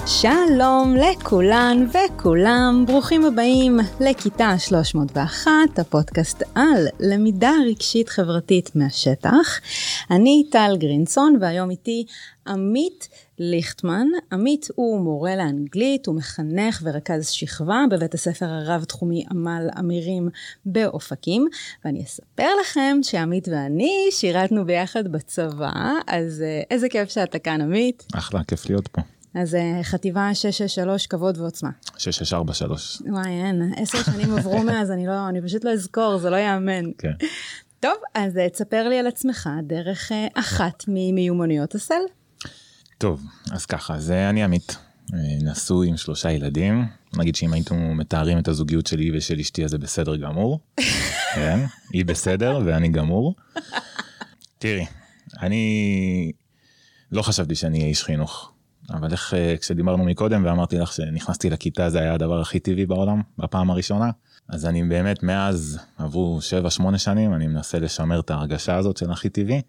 שלום לכולן וכולם, ברוכים הבאים לכיתה 301, הפודקאסט על למידה רגשית חברתית מהשטח. אני טל גרינסון והיום איתי עמית ליכטמן. עמית הוא מורה לאנגלית, הוא מחנך ורכז שכבה בבית הספר הרב תחומי עמל אמירים באופקים, ואני אספר לכם שעמית ואני שירתנו ביחד בצבא, אז איזה כיף שאתה כאן עמית. אחלה, כיף להיות פה. אז חטיבה 663 כבוד ועוצמה. 6643. וואי, אין, 10 שנים עברו מאז, אני פשוט לא אזכור, זה לא יאמן. כן. טוב, אז תספר לי על עצמך דרך אחת ממיומנויות הסל. טוב, אז ככה, זה אני עמית, נשוי עם 3 ילדים, נגיד שאם הייתם מתארים את הזוגיות שלי ושל אשתי, אז זה בסדר גמור. כן, היא בסדר ואני גמור. תראי, אני לא חשבתי שאני אהיה איש חינוך. אבל איך כשדיברנו מקודם ואמרתי לך שנכנסתי לכיתה זה היה הדבר הכי טבעי בעולם בפעם הראשונה, אז אני באמת מאז עברו 7-8 שנים אני מנסה לשמר את ההרגשה הזאת של הכי טבעי,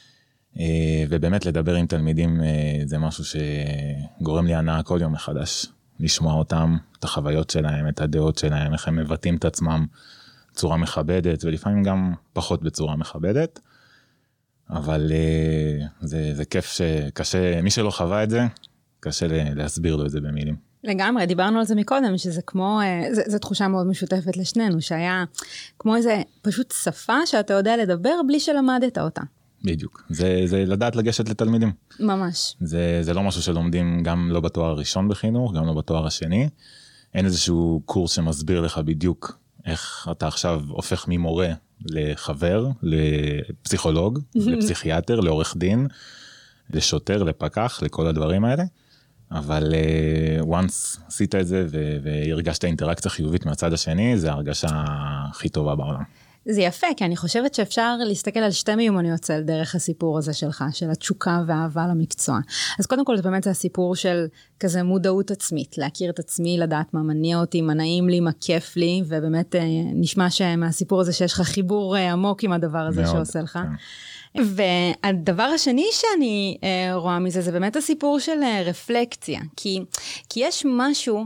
ובאמת לדבר עם תלמידים זה משהו שגורם לי הנאה כל יום מחדש, לשמוע אותם, את החוויות שלהם, את הדעות שלהם, איך הם מבטאים את עצמם בצורה מכבדת ולפעמים גם פחות בצורה מכבדת, אבל זה כיף שקשה, מי שלא חווה את זה, קשה להסביר לו את זה במילים. לגמרי, דיברנו על זה מקודם, שזה כמו, זו תחושה מאוד משותפת לשנינו, שהיה כמו איזה פשוט שפה שאתה יודע לדבר בלי שלמדת אותה. בדיוק, זה לדעת לגשת לתלמידים. ממש. זה לא משהו שלומדים גם לא בתואר הראשון בחינוך, גם לא בתואר השני. אין איזשהו קורס שמסביר לך בדיוק איך אתה עכשיו הופך ממורה לחבר, לפסיכולוג, לפסיכיאטר, לעורך דין, לשוטר, לפקח, לכל הדברים האלה. אבל once עשית את זה והרגשת אינטראקציה חיובית מהצד השני, זה ההרגשה הכי טובה בעולם. זה יפה, כי אני חושבת שאפשר להסתכל על 2 מיומנויות סל דרך הסיפור הזה שלך, של התשוקה והאהבה למקצוע. אז קודם כל, זה באמת הסיפור של כזה מודעות עצמית, להכיר את עצמי, לדעת מה מניע אותי, מה נעים לי, מה כיף לי, ובאמת נשמע שמהסיפור הזה שיש לך חיבור עמוק עם הדבר הזה מאוד, שעושה לך. כן. והדבר השני שאני רואה מזה, זה באמת הסיפור של רפלקציה, כי יש משהו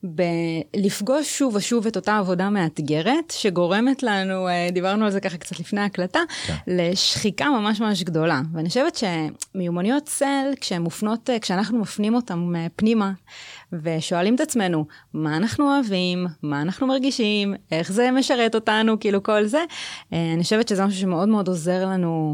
בלפגוש שוב ושוב את אותה עבודה מאתגרת, שגורמת לנו, דיברנו על זה ככה קצת לפני ההקלטה, לשחיקה ממש ממש גדולה. ואני חושבת שמיומנויות סל, כשאנחנו מפנים אותם פנימה, ושואלים את עצמנו, מה אנחנו אוהבים, מה אנחנו מרגישים, איך זה משרת אותנו, כאילו כל זה, אני חושבת שזה משהו שמאוד מאוד עוזר לנו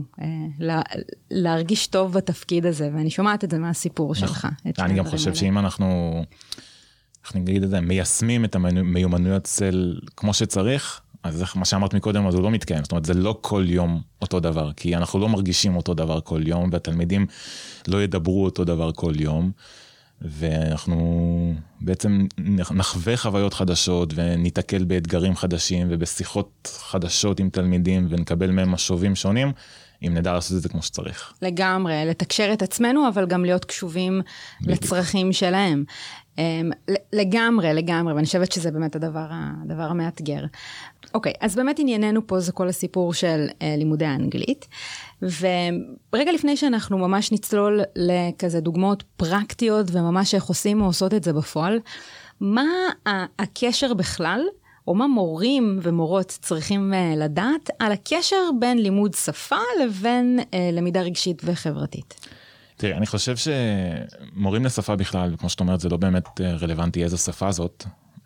להרגיש טוב בתפקיד הזה, ואני שומעת את זה מהסיפור שלך. אני גם חושב שאם אנחנו נגיד את זה, מיישמים את המיומנויות סל כמו שצריך, אז מה שאמרת מקודם, אז הוא לא מתקיים. זאת אומרת, זה לא כל יום אותו דבר, כי אנחנו לא מרגישים אותו דבר כל יום, והתלמידים לא ידברו אותו דבר כל יום, ואנחנו בעצם נחווה חוויות חדשות, וניתקל באתגרים חדשים, ובשיחות חדשות עם תלמידים, ונקבל מהם משובים שונים, אם נדע לעשות את זה כמו שצריך. לגמרי, לתקשר את עצמנו, אבל גם להיות קשובים לצרכים שלהם. לגמרי, ואני חושבת שזה באמת הדבר המאתגר. אוקיי, אז באמת ענייננו פה זה כל הסיפור של לימודי האנגלית, ורגע לפני שאנחנו ממש נצלול לכזה דוגמאות פרקטיות, וממש איך עושים או עושות את זה בפועל, מה הקשר בכלל, או מה מורים ומורות צריכים לדעת, על הקשר בין לימוד שפה לבין למידה רגשית וחברתית? תראי, אני חושב שמורים לשפה בכלל, כמו שאת אומרת, זה לא באמת רלוונטי איזו שפה זאת.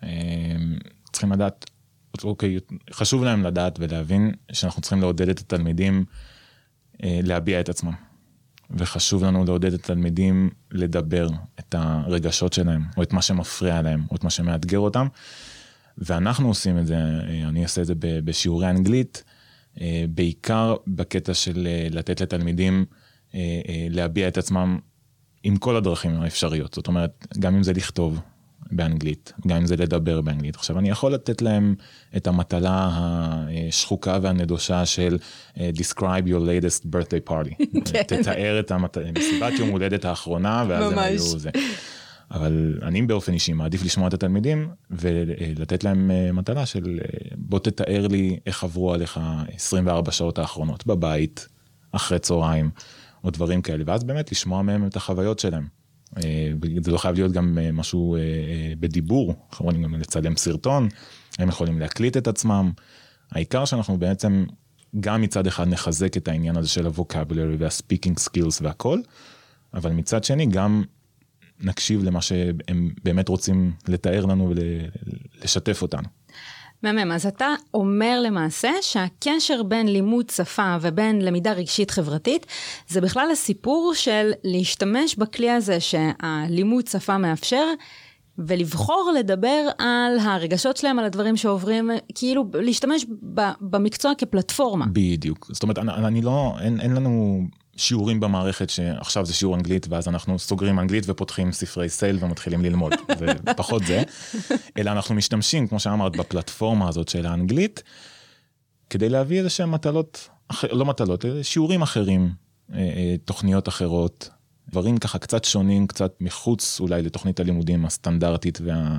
צריכים לדעת, אוקיי, חשוב להם לדעת ולהבין שאנחנו צריכים לעודד את התלמידים להביע את עצמם. וחשוב לנו לעודד את התלמידים לדבר את הרגשות שלהם, או את מה שמפריע להם, או את מה שמאתגר אותם. ואנחנו עושים את זה, אני אעשה את זה בשיעורי אנגלית, בעיקר בקטע של לתת לתלמידים להביע את עצמם עם כל הדרכים האפשריות. זאת אומרת, גם אם זה לכתוב באנגלית, גם אם זה לדבר באנגלית. עכשיו, אני יכול לתת להם את המטלה השחוקה והנדושה של describe your latest birthday party. תתאר את מסיבת יום הולדת האחרונה, ואז הם היו זה. אבל אני באופן אישי מעדיף לשמוע את התלמידים, ולתת להם מטלה של בוא תתאר לי איך עברו עליך 24 שעות האחרונות בבית, אחרי צהריים, או דברים כאלה, ואז באמת לשמוע מהם את החוויות שלהם. זה לא חייב להיות גם משהו בדיבור, יכולים גם לצלם סרטון, הם יכולים להקליט את עצמם, העיקר שאנחנו בעצם גם מצד אחד נחזק את העניין הזה של ה-vocabulary וה-speaking skills והכל, אבל מצד שני גם נקשיב למה שהם באמת רוצים לתאר לנו ולשתף אותנו. מהמם, אז אתה אומר למעשה שהקשר בין לימוד שפה ובין למידה רגשית חברתית, זה בכלל הסיפור של להשתמש בכלי הזה שהלימוד שפה מאפשר, ולבחור לדבר על הרגשות שלהם, על הדברים שעוברים, כאילו להשתמש במקצוע כפלטפורמה. בדיוק, זאת אומרת, אין לנו שיעורים במערכת שעכשיו זה שיעור אנגלית, ואז אנחנו סוגרים אנגלית ופותחים ספרי סייל ומתחילים ללמוד, זה פחות זה, אלא אנחנו משתמשים, כמו שאמרת, בפלטפורמה הזאת של האנגלית, כדי להביא איזשהם שיעורים אחרים, תוכניות אחרות, דברים ככה קצת שונים, קצת מחוץ אולי לתוכנית הלימודים הסטנדרטית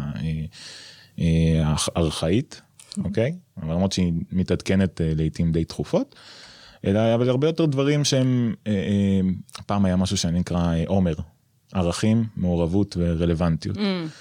והארכאית, אוקיי? אבל למרות שהיא מתעדכנת לעתים די תכופות, אבל הרבה יותר דברים שהם, פעם היה משהו שאני נקרא עומר, ערכים, מעורבות ורלוונטיות.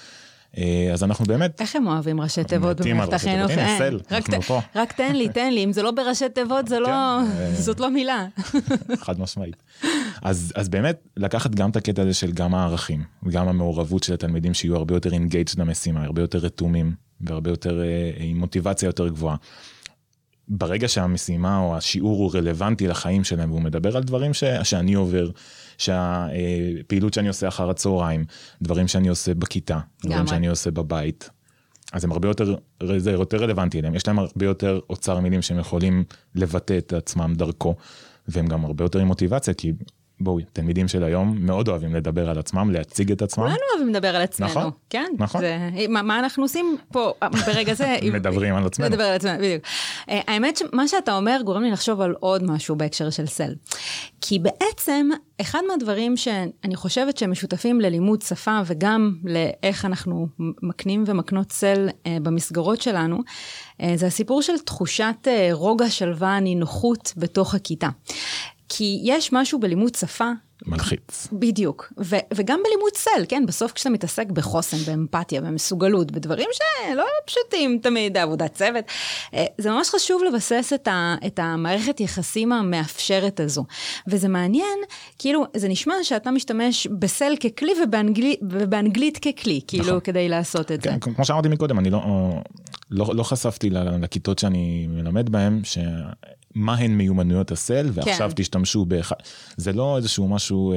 אז אנחנו באמת... איך הם אוהבים ראשי תיבות במערכת החינוך? רק תן לי, אם זה לא בראשי תיבות, זאת לא מילה. חד משמעית. אז באמת לקחת גם את הקטע הזה של גם הערכים, וגם המעורבות של התלמידים שיהיו הרבה יותר engaged למשימה, הרבה יותר רתומים, והרבה יותר עם מוטיבציה יותר גבוהה. ברגע שהמשימה או השיעור הוא רלוונטי לחיים שלהם, והוא מדבר על דברים שאני עובר, שהפעילות שאני עושה אחר הצהריים, דברים שאני עושה בכיתה, דברים שאני עושה בבית, אז הם הרבה יותר, זה יותר רלוונטי אליהם, יש להם הרבה יותר אוצר מילים שהם יכולים לבטא את עצמם דרכו, והם גם הרבה יותר עם מוטיבציה, כי בואו, תלמידים של היום מאוד אוהבים לדבר על עצמם, להציג את עצמם. כולנו אוהבים לדבר על עצמנו. נכון. כן? נכון. מה אנחנו עושים פה ברגע זה? מדברים על עצמנו. לדבר על עצמנו, בדיוק. האמת שמה שאתה אומר גורם לי לחשוב על עוד משהו בהקשר של סל. כי בעצם, אחד מהדברים שאני חושבת שהם משותפים ללימוד שפה, וגם לאיך אנחנו מקנים ומקנות סל במסגרות שלנו, זה הסיפור של תחושת רוגע, שלווה, נינוחות בתוך הכיתה. כי יש משהו בלימוד שפה. מלחיץ. בדיוק. וגם בלימוד סל, כן? בסוף כשאתה מתעסק בחוסן, באמפתיה, במסוגלות, בדברים שלא פשוטים תמיד, עבודת צוות, זה ממש חשוב לבסס את המערכת יחסים המאפשרת הזו. וזה מעניין, כאילו, זה נשמע שאתה משתמש בסל ככלי ובאנגלית ככלי, כאילו, כדי לעשות את זה. כמו שאמרתי מקודם, אני לא חשפתי לכיתות שאני מלמד בהם, מה הן מיומנויות הסל, ועכשיו תשתמשו זה לא איזשהו משהו,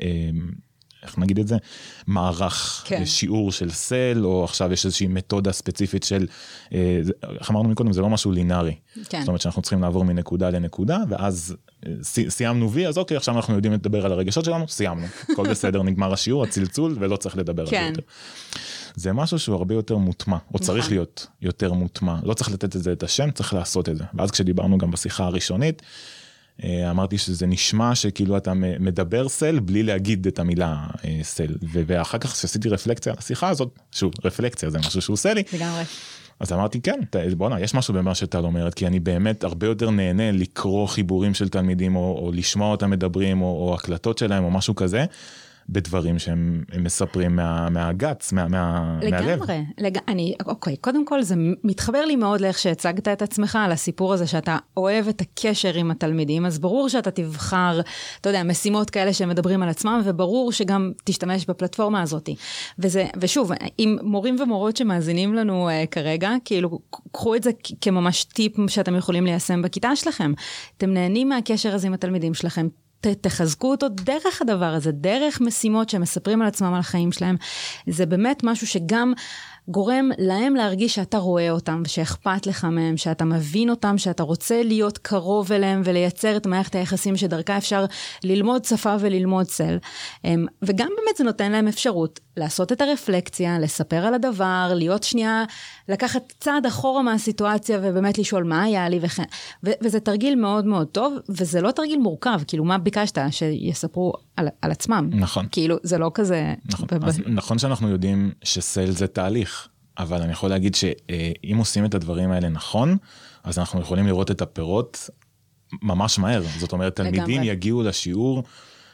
איך נגיד את זה? מערך, שיעור של סל, או עכשיו יש איזושהי מתודה ספציפית של, איך אמרנו מקודם, זה לא משהו לינארי. זאת אומרת שאנחנו צריכים לעבור מנקודה לנקודה, ואז סיימנו וי, אז אוקיי, עכשיו אנחנו יודעים לדבר על הרגשות שלנו, סיימנו. הכל בסדר, נגמר השיעור, הצלצול, ולא צריך לדבר על זה יותר. זה משהו שהוא הרבה יותר מוטמע, או צריך להיות יותר מוטמע. לא צריך לתת את זה את השם, צריך לעשות את זה. ואז כשדיברנו גם בשיחה הראשונית, אמרתי שזה נשמע שכאילו אתה מדבר סל בלי להגיד את המילה סל. ואחר כך שעשיתי רפלקציה על השיחה הזאת, שוב, רפלקציה זה משהו שהוא סלי. לגמרי. אז אמרתי, כן, בוא'נה, יש משהו במה שאתה לא אומרת, כי אני באמת הרבה יותר נהנה לקרוא חיבורים של תלמידים, או לשמוע אותם מדברים, או הקלטות שלהם, או משהו כזה, בדברים שהם מספרים מהגץ, מהלב. לגמרי. אוקיי, קודם כל זה מתחבר לי מאוד לאיך שהצגת את עצמך על הסיפור הזה שאתה אוהב את הקשר עם התלמידים, אז ברור שאתה תבחר, אתה יודע, משימות כאלה שמדברים על עצמם, וברור שגם תשתמש בפלטפורמה הזאת. ושוב, עם מורים ומורות שמאזינים לנו כרגע, כאילו, קחו את זה כממש טיפ שאתם יכולים ליישם בכיתה שלכם. אתם נהנים מהקשר הזה עם התלמידים שלכם, תחזקו אותו דרך הדבר הזה, דרך משימות שהם מספרים על עצמם על החיים שלהם. זה באמת משהו שגם גורם להם להרגיש שאתה רואה אותם, שאכפת לך מהם, שאתה מבין אותם, שאתה רוצה להיות קרוב אליהם ולייצר את מערכת היחסים שדרכה אפשר ללמוד שפה וללמוד סל. וגם באמת זה נותן להם אפשרות לעשות את הרפלקציה, לספר על הדבר, להיות שנייה, לקחת צעד אחורה מהסיטואציה ובאמת לשאול מה היה לי וכן. וזה תרגיל מאוד מאוד טוב, וזה לא תרגיל מורכב, כאילו מה ביקשת שיספרו על עצמם. נכון. כאילו זה לא כזה... נכון, נכון שאנחנו יודעים שסל זה תהליך, אבל אני יכול להגיד שאם עושים את הדברים האלה נכון, אז אנחנו יכולים לראות את הפירות ממש מהר. זאת אומרת, תלמידים יגיעו לשיעור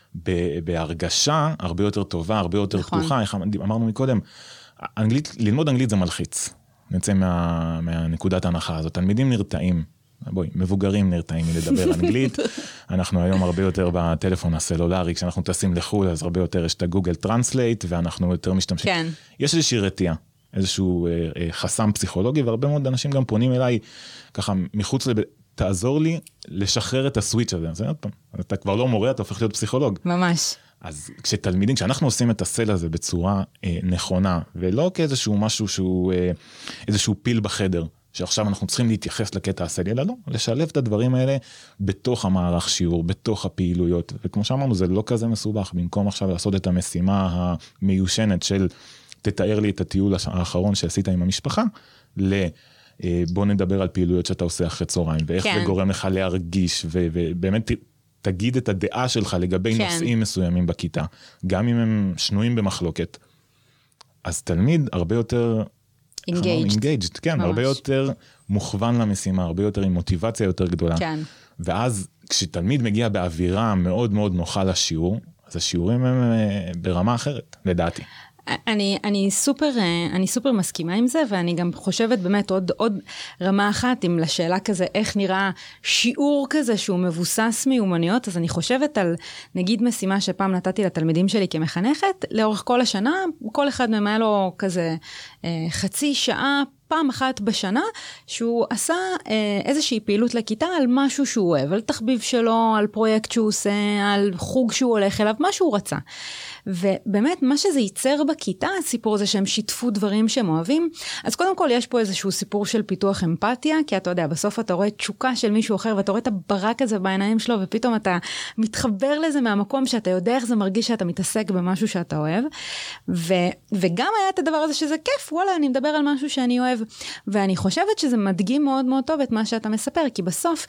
בהרגשה הרבה יותר טובה, הרבה יותר פתוחה, איך אמרנו מקודם, ללמוד אנגלית זה מלחיץ, נצא מהנקודת ההנחה הזאת, תלמידים נרתעים, מבוגרים נרתעים מלדבר אנגלית, אנחנו היום הרבה יותר בטלפון הסלולרי, כשאנחנו טסים לחו"ל, אז הרבה יותר יש את הגוגל טרנסלייט, ואנחנו יותר משתמשים. כן. יש איזושהי רתיעה, איזשהו חסם פסיכולוגי, והרבה מאוד אנשים גם פונים אליי, ככה מחוץ תעזור לי לשחרר את הסוויץ' הזה. אז אתה כבר לא מורה, אתה הופך להיות פסיכולוג. ממש. אז כשאנחנו עושים את הסל הזה בצורה נכונה, ולא כאיזשהו משהו שהוא איזשהו פיל בחדר, שעכשיו אנחנו צריכים להתייחס לקטע הסלי, אלא לא, לשלב את הדברים האלה בתוך המערך שיעור, בתוך הפעילויות, וכמו שאמרנו, זה לא כזה מסובך, במקום עכשיו לעשות את המשימה המיושנת של, תתאר לי את הטיול האחרון שעשית עם המשפחה, בוא נדבר על פעילויות שאתה עושה אחרי צהריים, ואיך זה גורם לך להרגיש, ובאמת תגיד את הדעה שלך לגבי נושאים מסוימים בכיתה, גם אם הם שנויים במחלוקת. אז תלמיד הרבה יותר engaged, כן, הרבה יותר מוכוון למשימה, הרבה יותר עם מוטיבציה יותר גדולה. כן. ואז כשתלמיד מגיע באווירה מאוד מאוד נוחה לשיעור, אז השיעורים הם ברמה אחרת, לדעתי. אני סופר מסכימה עם זה, ואני גם חושבת באמת עוד רמה אחת, עם לשאלה כזה, איך נראה שיעור כזה שהוא מבוסס מיומנויות, אז אני חושבת על, נגיד משימה שפעם נתתי לתלמידים שלי כמחנכת, לאורך כל השנה, כל אחד מהם היה לו כזה חצי שעה, פעם אחת בשנה, שהוא עשה איזושהי פעילות לכיתה על משהו שהוא אוהב, על תחביב שלו, על פרויקט שהוא עושה, על חוג שהוא הולך אליו, מה שהוא רצה. ובאמת, מה שזה ייצר בכיתה, הסיפור הזה שהם שיתפו דברים שהם אוהבים, אז קודם כל יש פה איזשהו סיפור של פיתוח אמפתיה, כי אתה יודע, בסוף אתה רואה תשוקה של מישהו אחר, ואתה רואה את הברק הזה בעיניים שלו, ופתאום אתה מתחבר לזה מהמקום שאתה יודע איך זה מרגיש שאתה מתעסק במשהו שאתה אוהב, וגם היה את הדבר הזה שזה כיף, וואלה, אני מדבר על משהו שאני אוהב, ואני חושבת שזה מדגים מאוד מאוד טוב את מה שאתה מספר, כי בסוף,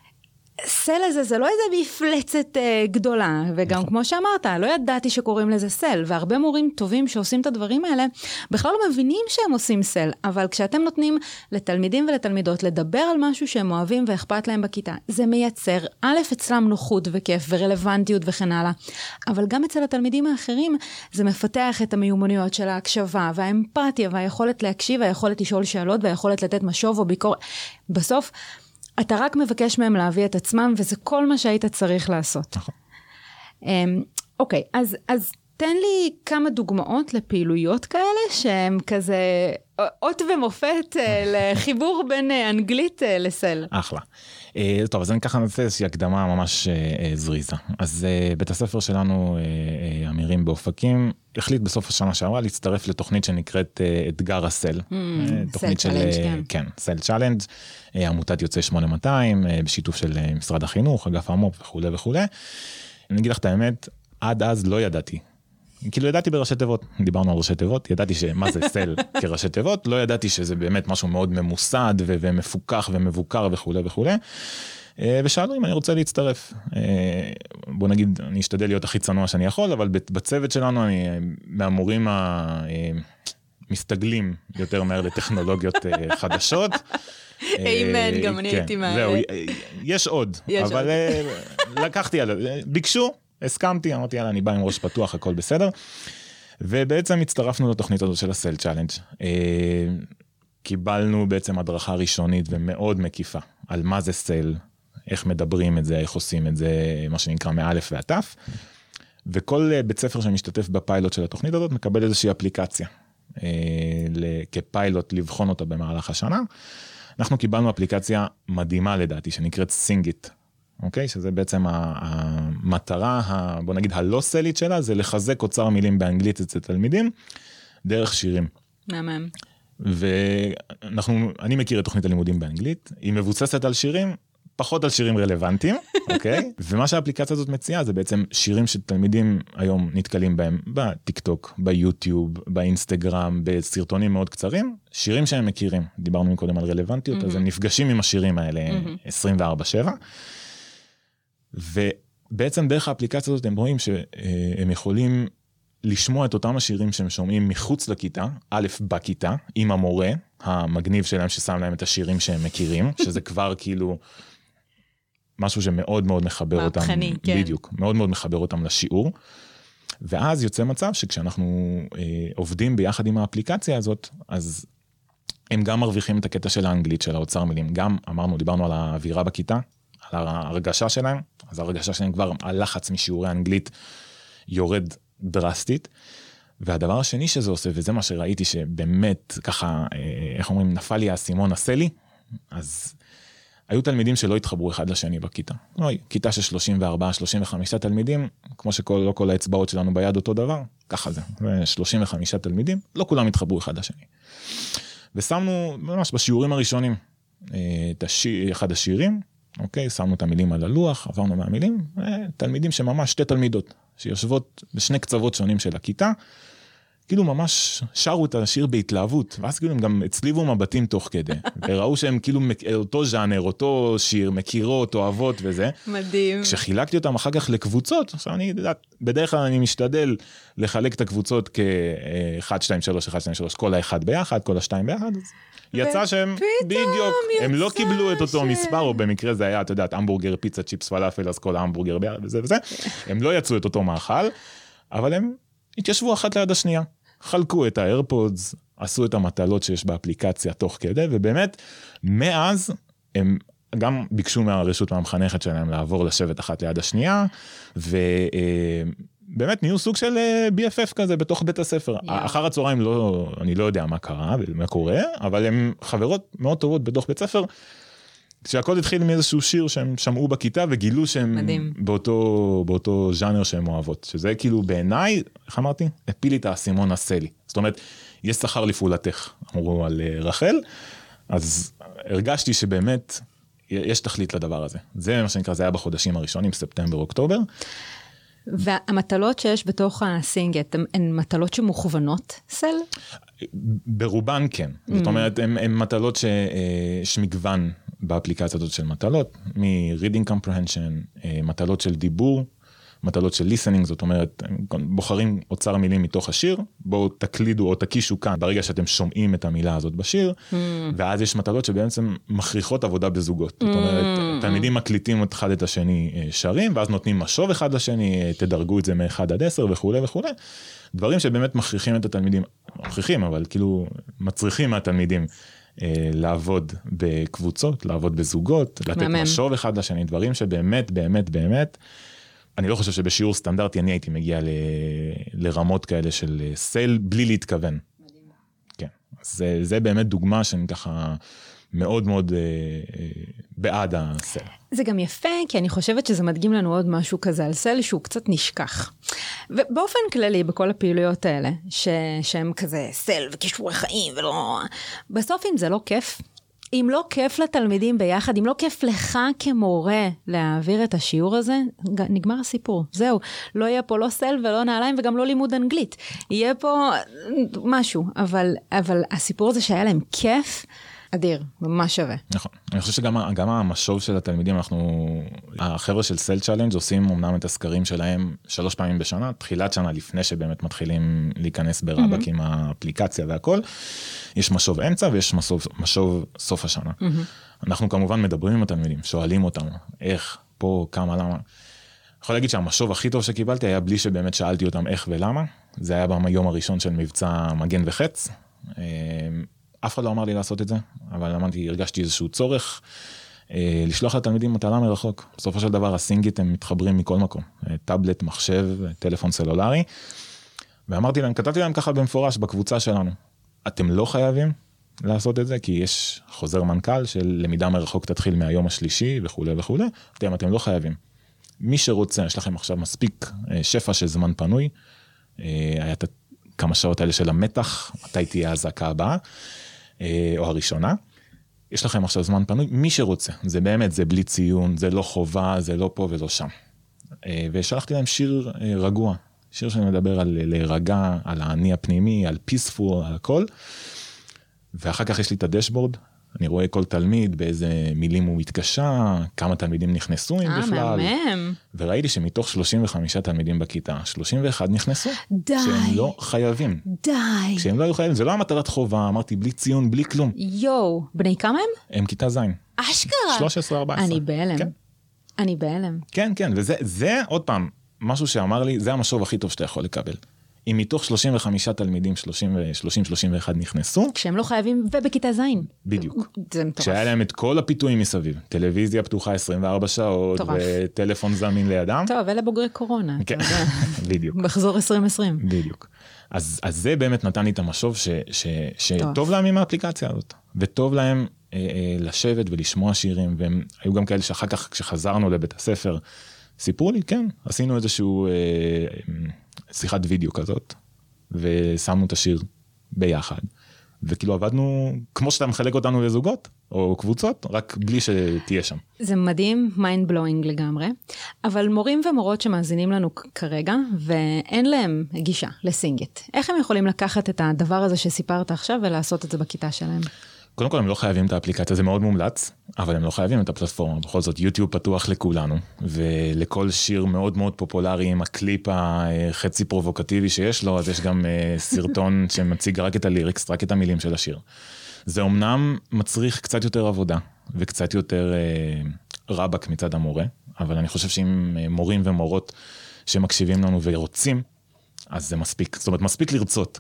סל הזה זה לא איזה מפלצת גדולה, וגם כמו שאמרת, לא ידעתי שקוראים לזה סל, והרבה מורים טובים שעושים את הדברים האלה, בכלל לא מבינים שהם עושים סל, אבל כשאתם נותנים לתלמידים ולתלמידות לדבר על משהו שהם אוהבים ואכפת להם בכיתה, זה מייצר א' אצלם נוחות וכיף ורלוונטיות וכן הלאה, אבל גם אצל התלמידים האחרים, זה מפתח את המיומנויות של ההקשבה והאמפתיה והיכולת להקשיב, והיכולת לשאול שאלות והיכולת לתת משוב או ביקורת. בסוף, אתה רק מבקש מהם להביא את עצמם, וזה כל מה שהיית צריך לעשות. נכון. אוקיי, אז תן לי כמה דוגמאות לפעילויות כאלה, שהן כזה אות ומופת לחיבור בין אנגלית לסל. אחלה. טוב, אז אני ככה נעשה איזושהי הקדמה ממש זריזה. אז בית הספר שלנו, אמירים באופקים, החליט בסוף השנה שעברה להצטרף לתוכנית שנקראת אתגר הסל. סל צ'אלנג', כן, סל צ'אלנג', עמותת יוצאי 8200, בשיתוף של משרד החינוך, אגף המו"פ וכו' וכו'. אני אגיד לך את האמת, עד אז לא ידעתי. כאילו ידעתי בראשי תיבות, דיברנו על ראשי תיבות, ידעתי שמה זה סל כראשי תיבות, לא ידעתי שזה באמת משהו מאוד ממוסד ומפוקח ומבוקר וכו' וכו'. ושאלו אם אני רוצה להצטרף. בוא נגיד, אני אשתדל להיות הכי צנוע שאני יכול, אבל בצוות שלנו אני מהמורים מסתגלים יותר מהר לטכנולוגיות חדשות. אמן, גם אני הייתי מהר. זהו, יש עוד, אבל לקחתי עליו, ביקשו, הסכמתי, אמרתי, יאללה, אני בא עם ראש פתוח, הכל בסדר. ובעצם הצטרפנו לתוכנית הזו של הסל צ'אלנג'. קיבלנו בעצם הדרכה ראשונית ומאוד מקיפה על מה זה סל, איך מדברים את זה, איך עושים את זה, מה שנקרא מאלף ועד תף. וכל בית ספר שמשתתף בפיילוט של התוכנית הזאת מקבל איזושהי אפליקציה כפיילוט לבחון אותה במהלך השנה. אנחנו קיבלנו אפליקציה מדהימה לדעתי, שנקראת Sing It. אוקיי? שזה בעצם המטרה, בוא נגיד, הלא סלית שלה, זה לחזק אוצר מילים באנגלית אצל תלמידים, דרך שירים. מהמם. אני מכיר את תוכנית הלימודים באנגלית, היא מבוססת על שירים, פחות על שירים רלוונטיים, אוקיי? ומה שהאפליקציה הזאת מציעה, זה בעצם שירים שתלמידים היום נתקלים בהם, בטיק-טוק, ביוטיוב, באינסטגרם, בסרטונים מאוד קצרים, שירים שהם מכירים. דיברנו קודם על רלוונטיות, אז הם נפגשים עם השירים האלה 24/7, ובעצם דרך האפליקציה הזאת הם רואים שהם יכולים לשמוע את אותם השירים שהם שומעים מחוץ לכיתה, א' בכיתה, עם המורה המגניב שלהם ששם להם את השירים שהם מכירים, שזה כבר כאילו משהו שמאוד מאוד מחבר אותם, כן. בדיוק, מאוד מאוד מחבר אותם לשיעור, ואז יוצא מצב שכשאנחנו עובדים ביחד עם האפליקציה הזאת, אז הם גם מרוויחים את הקטע של האנגלית, של האוצר מילים, גם דיברנו על האווירה בכיתה, על ההרגשה שלהם, אז ההרגשה שלהם כבר, הלחץ משיעורי האנגלית יורד דרסטית, והדבר השני שזה עושה, וזה מה שראיתי שבאמת ככה, איך אומרים, נפל לי האסימון עשה לי, אז היו תלמידים שלא התחברו אחד לשני בכיתה. כיתה של 34-35 תלמידים, כמו שלא כל האצבעות שלנו ביד אותו דבר, ככה זה, 35 תלמידים, לא כולם התחברו אחד לשני. ושמנו ממש בשיעורים הראשונים, אחד השירים, אוקיי, שמנו את המילים על הלוח, עברנו מהמילים, תלמידים שממש שתי תלמידות, שיושבות בשני קצוות שונים של הכיתה, כאילו ממש שרו את השיר בהתלהבות, ואז כאילו הם גם הצליבו מבטים תוך כדי, וראו שהם כאילו אותו ז'אנר, אותו שיר, מכירות, אוהבות וזה. מדהים. כשחילקתי אותם אחר כך לקבוצות, עכשיו אני יודעת, בדרך כלל אני משתדל לחלק את הקבוצות כ-1, 2, 3, 1, 2, 3, כל האחד ביחד, כל השתיים ביחד, אז יצא שהם בדיוק, הם לא קיבלו את אותו מספר, או במקרה זה היה, אתה יודעת, המבורגר, פיצה, צ'יפס, פלאפל, אז כל ההמבורגר וזה וזה, הם לא יצאו את אותו מאכל, אבל הם התיישבו אחת ליד השנייה, חלקו את האיירפודס, עשו את המטלות שיש באפליקציה תוך כדי, ובאמת, מאז הם גם ביקשו מהרשות מהמחנכת שלהם לעבור לשבת אחת ליד השנייה, ובאמת נהיו סוג של BFF כזה בתוך בית הספר. אחר הצהריים אני לא יודע מה קרה ומה קורה, אבל הם חברות מאוד טובות בתוך בית ספר, כשהכל התחיל מאיזשהו שיר שהם שמעו בכיתה, וגילו שהם באותו ז'אנר שהם אוהבות, שזה כאילו בעיניי, איך אמרתי? הפיל לי את האסימון הסלי. זאת אומרת, יש שכר לפעולתך, אמרו על רחל, אז הרגשתי שבאמת יש תכלית לדבר הזה. זה מה שנקרא, זה היה בחודשים הראשונים, ספטמבר, אוקטובר. והמטלות שיש בתוך הסינגט, הן מטלות שמוכוונות סל? ברובן כן. זאת אומרת, הן מטלות שיש מגוון באפליקציה הזאת של מטלות, מ-reading comprehension, מטלות של דיבור, מטלות של listening, זאת אומרת, בוחרים אוצר מילים מתוך השיר, בואו תקלידו או תקישו כאן, ברגע שאתם שומעים את המילה הזאת בשיר, ואז יש מטלות שבעצם מכריחות עבודה בזוגות. זאת אומרת, תלמידים מקליטים אחד את השני שרים, ואז נותנים משוב אחד לשני, תדרגו את זה מ-1 עד 10 וכו' וכו'. דברים שבאמת מכריחים את התלמידים, מכריחים, אבל כאילו מצריכים מהתלמידים לעבוד בקבוצות, לעבוד בזוגות, לתת משוב אחד לשני, דברים שבאמת, באמת, באמת, אני לא חושב שבשיעור סטנדרטי אני הייתי מגיע לרמות כאלה של סל בלי להתכוון. מדהים. כן, אז זה באמת דוגמה שאני ככה מאוד מאוד בעד הסל. זה גם יפה, כי אני חושבת שזה מדגים לנו עוד משהו כזה על סל שהוא קצת נשכח. ובאופן כללי, בכל הפעילויות האלה, שהם כזה סל וכישורי חיים ולא... בסוף אם זה לא כיף, אם לא כיף לתלמידים ביחד, אם לא כיף לך כמורה להעביר את השיעור הזה, נגמר הסיפור. זהו, לא יהיה פה לא סל ולא נעליים וגם לא לימוד אנגלית. יהיה פה משהו, אבל הסיפור הזה שהיה להם כיף, אדיר, ממש שווה. נכון. אני חושב שגם המשוב של התלמידים, החבר'ה של סל צ'אלנג' עושים אמנם את הסקרים שלהם 3 פעמים בשנה, תחילת שנה לפני שבאמת מתחילים להיכנס ברבק עם האפליקציה והכל. יש משוב אמצע ויש משוב סוף השנה. אנחנו כמובן מדברים עם התלמידים, שואלים אותם איך, פה, כמה, למה. יכול להגיד שהמשוב הכי טוב שקיבלתי היה בלי שבאמת שאלתי אותם איך ולמה. זה היה ביום הראשון של מבצע מגן וחץ. אף אחד לא אמר לי לעשות את זה, אבל הרגשתי איזשהו צורך לשלוח לתלמידים מטלה מרחוק. בסופו של דבר הסינגית הם מתחברים מכל מקום, טאבלט, מחשב, טלפון סלולרי, ואמרתי להם, כתבתי להם ככה במפורש בקבוצה שלנו, אתם לא חייבים לעשות את זה, כי יש חוזר מנכ"ל של למידה מרחוק תתחיל מהיום השלישי וכו' וכו', אתם לא חייבים. מי שרוצה, יש לכם עכשיו מספיק שפע של זמן פנוי, היה כמה שעות האלה של המתח, מתי תהיה הזעקה הבאה, או הראשונה. יש לכם עכשיו זמן פנוי, מי שרוצה, זה באמת, זה בלי ציון, זה לא חובה, זה לא פה ולא שם. ושלחתי להם שיר רגוע, שיר שמדבר על להירגע, על העני הפנימי, על peaceful, על הכל. ואחר כך יש לי את הדשבורד, אני רואה כל תלמיד באיזה מילים הוא מתקשה, כמה תלמידים נכנסו אם בכלל. וראיתי שמתוך 35 תלמידים בכיתה, 31 נכנסו. די. שהם לא חייבים. די. כשהם לא היו חייבים, זה לא המטרת חובה, אמרתי בלי ציון, בלי כלום. יו, בני כמה הם? הם כיתה זין. אשכרה. 13-14. אני בהלם. כן. אני בהלם. כן, כן, וזה עוד פעם, משהו שאמר לי, זה המשוב הכי טוב שאתה יכול לקבל. אם מתוך 35 תלמידים, 30-31 נכנסו. כשהם לא חייבים, ובכיתה זין. בדיוק. זה מטורף. כשהיה להם את כל הפיתויים מסביב. טלוויזיה פתוחה 24 שעות, וטלפון זמין לידם. טוב, אלה בוגרי קורונה. כן, בדיוק. בחזור 2020. בדיוק. אז זה באמת נתן לי את המשוב שטוב להם עם האפליקציה הזאת. וטוב להם לשבת ולשמוע שירים, והם היו גם כאלה שאחר כך כשחזרנו לבית הספר, סיפרו לי, כן, עשינו איזשהו שיחת וידאו כזאת, ושמנו את השיר ביחד, וכאילו עבדנו, כמו שאתה מחלק אותנו לזוגות, או קבוצות, רק בלי שתהיה שם. זה מדהים, mind blowing לגמרי, אבל מורים ומורות שמאזינים לנו כרגע, ואין להם גישה לסינגט, איך הם יכולים לקחת את הדבר הזה שסיפרת עכשיו, ולעשות את זה בכיתה שלהם? קודם כל הם לא חייבים את האפליקציה, זה מאוד מומלץ, אבל הם לא חייבים את הפלטפורמה, בכל זאת יוטיוב פתוח לכולנו, ולכל שיר מאוד מאוד פופולרי עם הקליפ החצי פרובוקטיבי שיש לו, אז יש גם סרטון שמציג רק את הליריקס, רק את המילים של השיר. זה אומנם מצריך קצת יותר עבודה, וקצת יותר רבק מצד המורה, אבל אני חושב שאם מורים ומורות שמקשיבים לנו ורוצים, אז זה מספיק, זאת אומרת מספיק לרצות.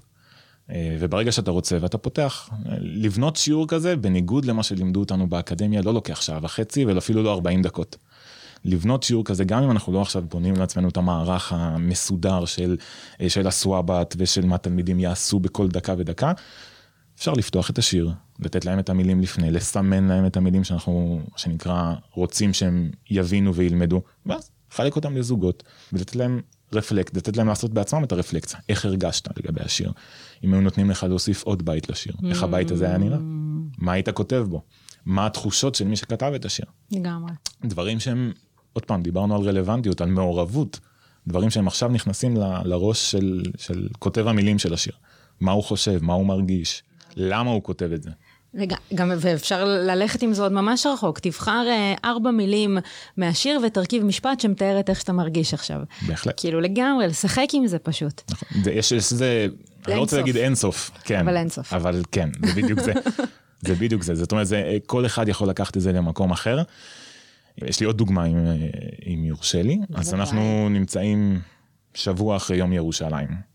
וברגע שאתה רוצה ואתה פותח, לבנות שיעור כזה, בניגוד למה שלימדו אותנו באקדמיה, לא לוקח שעה וחצי, ואפילו לא 40 דקות. לבנות שיעור כזה, גם אם אנחנו לא עכשיו בונים לעצמנו את המערך המסודר של הסוואבת, ושל מה תלמידים יעשו בכל דקה ודקה, אפשר לפתוח את השיר, לתת להם את המילים לפני, לסמן להם את המילים שאנחנו, שנקרא, רוצים שהם יבינו וילמדו, ואז חלק אותם לזוגות, ולתת להם רפלקט, לתת להם לעשות בעצמם את הרפלקציה. איך הרגשת לגבי השיר? אם היו נותנים לך להוסיף עוד בית לשיר, איך הבית הזה היה נראה? מה היית כותב בו? מה התחושות של מי שכתב את השיר? לגמרי. דברים שהם, עוד פעם, דיברנו על רלוונטיות, על מעורבות, דברים שהם עכשיו נכנסים לראש של כותב המילים של השיר. מה הוא חושב, מה הוא מרגיש, למה הוא כותב את זה. גם ואפשר ללכת עם זה עוד ממש רחוק, תבחר 4 מילים מהשיר ותרכיב משפט שמתארת איך שאתה מרגיש עכשיו. בהחלט. כאילו לגמרי, לשחק עם זה פשוט. נכון. יש זה, אני לא רוצה להגיד אינסוף. כן. אבל אינסוף. אבל כן, זה בדיוק זה. זה בדיוק זה. זאת אומרת, כל אחד יכול לקחת את זה למקום אחר. יש לי עוד דוגמה עם יורשה לי. אז אנחנו נמצאים שבוע אחרי יום ירושלים.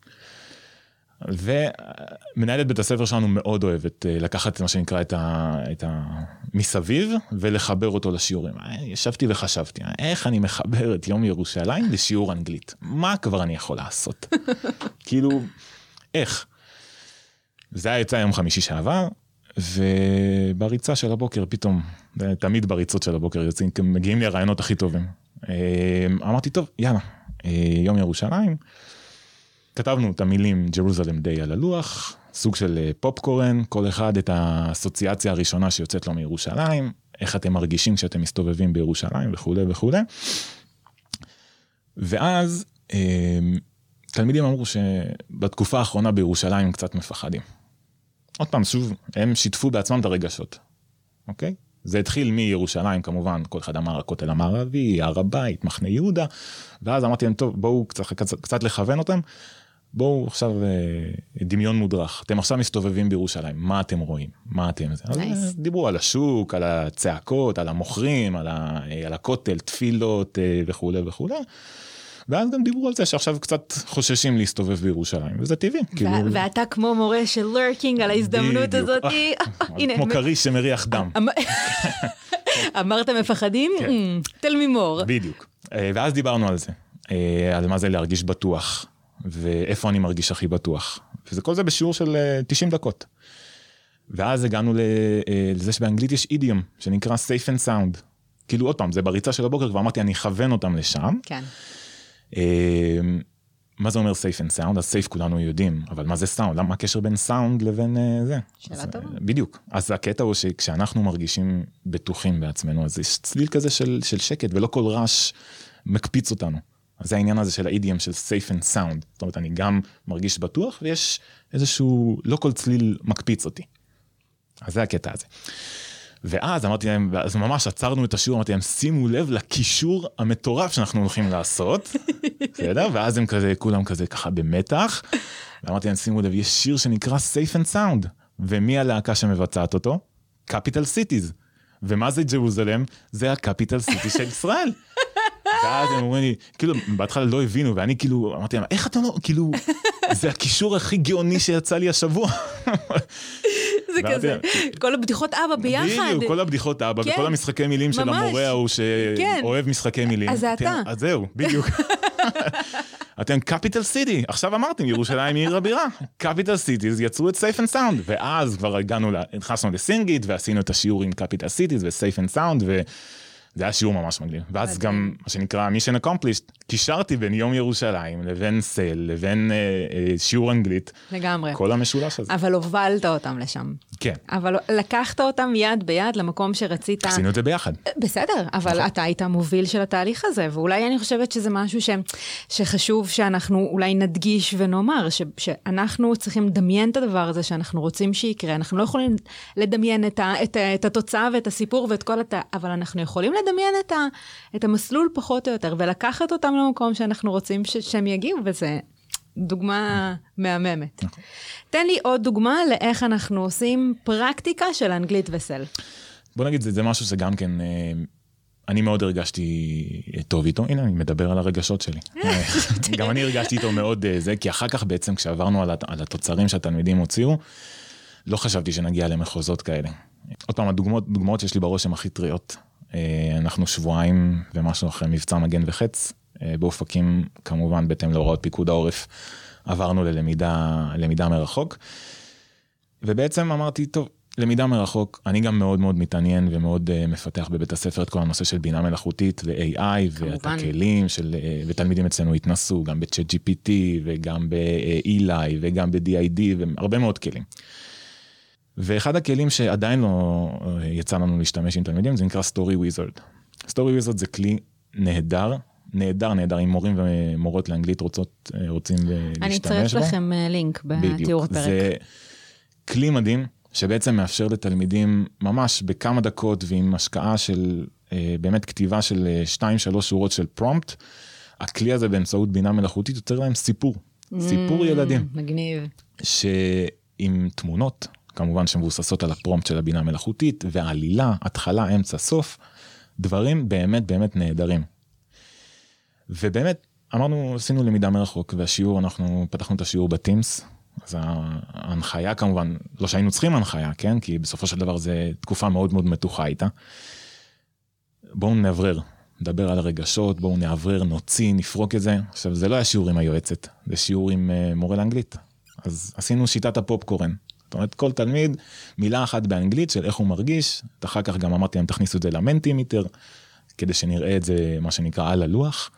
ומנהלת בית הספר שלנו מאוד אוהבת לקחת את מה שנקרא את המסביב ולחבר אותו לשיעורים. ישבתי וחשבתי, איך אני מחבר את יום ירושלים לשיעור אנגלית? מה כבר אני יכול לעשות? כאילו, איך? זה היה יצא יום חמישי שעבר, ובריצה של הבוקר פתאום, תמיד בריצות של הבוקר יוצאים, מגיעים לי הרעיונות הכי טובים. אמרתי, טוב, יאללה, יום ירושלים, כתבנו את המילים ג'רוזלם דיי על הלוח, סוג של פופקורן, כל אחד את האסוציאציה הראשונה שיוצאת לו מירושלים, איך אתם מרגישים כשאתם מסתובבים בירושלים וכו' וכו'. ואז תלמידים אמרו שבתקופה האחרונה בירושלים קצת מפחדים. עוד פעם, שוב, הם שיתפו בעצמם את הרגשות. אוקיי? זה התחיל מירושלים כמובן, כל אחד אמר הכותל המערבי, הר הבית, מחנה יהודה, ואז אמרתי להם, טוב, בואו קצת לכוון אותם, בואו עכשיו דמיון מודרך, אתם עכשיו מסתובבים בירושלים, מה אתם רואים? מה אתם זה? אז דיברו על השוק, על הצעקות, על המוכרים, על הכותל, תפילות וכו' וכו'. ואז גם דיברו על זה שעכשיו קצת חוששים להסתובב בירושלים, וזה טבעי. ואתה כמו מורה של לרקינג על ההזדמנות הזאת. כמו קריש שמריח דם. אמרת מפחדים? תל ממור. בדיוק. ואז דיברנו על זה, על מה זה להרגיש בטוח, ואיפה אני מרגיש הכי בטוח. וכל זה בשיעור של 90 דקות. ואז הגענו לזה שבאנגלית יש אידיום, שנקרא safe and sound. כאילו עוד פעם, זה בריצה של הבוקר, כבר אמרתי, אני אכוון אותם לשם. כן. מה זה אומר safe and sound? אז safe כולנו יודעים, אבל מה זה sound? מה הקשר בין sound לבין זה? שאלה טובה. בדיוק. אז הקטע הוא שכשאנחנו מרגישים בטוחים בעצמנו, אז יש צליל כזה של שקט, ולא כל רעש מקפיץ אותנו. אז זה העניין הזה של האידיום של safe and sound. זאת אומרת, אני גם מרגיש בטוח, ויש איזשהו, לא כל צליל מקפיץ אותי. אז זה הקטע הזה. ואז אמרתי להם, אז ממש עצרנו את השיעור, אמרתי להם, שימו לב לקישור המטורף שאנחנו הולכים לעשות, בסדר? ואז הם כזה, כולם כזה ככה במתח, ואמרתי להם, שימו לב, יש שיר שנקרא Safe and Sound, ומי הלהקה שמבצעת אותו? Capital Cities. ומה זה ג'רוזלם? זה הקפיטל סיטי של ישראל. ואז הם אומרים לי, כאילו, בהתחלה לא הבינו, ואני כאילו, אמרתי להם, איך אתה לא, כאילו, זה הקישור הכי גאוני שיצא לי השבוע. זה כזה, כל הבדיחות אבא ביחד. בדיוק, כל הבדיחות אבא, וכל המשחקי מילים של המורה ההוא שאוהב משחקי מילים. אז זה אתה. אז זהו, בדיוק. אתם קפיטל סיטי, עכשיו אמרתם, ירושלים היא עיר הבירה. קפיטל סיטיז יצרו את סייף אנד סאונד, ואז כבר נכנסנו לסינגיט, ועשינו את השיעור עם קפיטל סיטיז וסייף אנד סאונד, זה היה שיעור ממש מגניב. ואז גם, מה שנקרא, mission accomplished, קישרתי בין יום ירושלים, לבין סל, לבין שיעור אנגלית. לגמרי. כל המשולש הזה. אבל הובלת אותם לשם. כן. אבל לקחת אותם יד ביד למקום שרצית. עשינו את זה ביחד. בסדר, אבל אתה היית מוביל של התהליך הזה, ואולי אני חושבת שזה משהו שחשוב שאנחנו אולי נדגיש ונאמר, שאנחנו צריכים לדמיין את הדבר הזה שאנחנו רוצים שיקרה, אנחנו לא יכולים לדמיין את התוצאה ואת הסיפור ואת כל אבל אנחנו יכולים לדמיין את המסלול פחות או יותר, ולקחת אותם למקום שאנחנו רוצים שהם יגיעו, וזה דוגמה מהממת. תן לי עוד דוגמה לאיך אנחנו עושים פרקטיקה של אנגלית וסל. בוא נגיד, זה משהו שגם כן, אני מאוד הרגשתי טוב איתו, הנה אני מדבר על הרגשות שלי. גם אני הרגשתי איתו מאוד זה, כי אחר כך בעצם כשעברנו על התוצרים שהתלמידים הוציאו, לא חשבתי שנגיע למחוזות כאלה. עוד פעם, הדוגמאות שיש לי בראש הן הכי טריות. אנחנו שבועיים ומשהו אחרי מבצע מגן וחץ, באופקים כמובן בהתאם להוראות פיקוד העורף, עברנו ללמידה מרחוק, ובעצם אמרתי, טוב, למידה מרחוק, אני גם מאוד מאוד מתעניין ומאוד מפתח בבית הספר את כל הנושא של בינה מלאכותית ו-AI ואת הכלים ותלמידים אצלנו התנסו, גם ב-Chat GPT וגם ב-Eli וגם ב-DID והרבה מאוד כלים. ואחד הכלים שעדיין לא יצא לנו להשתמש עם תלמידים, זה נקרא Story Wizard. Story Wizard זה כלי נהדר, אם מורים ומורות לאנגלית רוצים להשתמש בו. אני אצרף לכם לינק בתיאור הפרק. זה כלי מדהים, שבעצם מאפשר לתלמידים ממש בכמה דקות, ועם השקעה של באמת כתיבה של 2-3 שורות של פרומפט, הכלי הזה באמצעות בינה מלאכותית יוצר להם סיפור ילדים. מגניב. שעם תמונות, כמובן שמבוססות על הפרומפט של הבינה המלאכותית, והעלילה, התחלה, אמצע, סוף, דברים באמת באמת נהדרים. ובאמת, עשינו למידה מרחוק, והשיעור, אנחנו פתחנו את השיעור בטימס, אז ההנחיה כמובן, לא שהיינו צריכים הנחיה, כן? כי בסופו של דבר זה תקופה מאוד מאוד מתוחה איתה. בואו נדבר על הרגשות, בואו נעברר, נוציא, נפרוק את זה. עכשיו, זה לא היה שיעור עם היועצת, זה שיעור עם מורה לאנגלית. אז עשינו שיטת הפופקורן. זאת אומרת, כל תלמיד, מילה אחת באנגלית של איך הוא מרגיש, אחר כך גם אמרתי להם, תכניסו את זה למנטימטר, כדי שנראה את זה, מה שנקרא, על הלוח.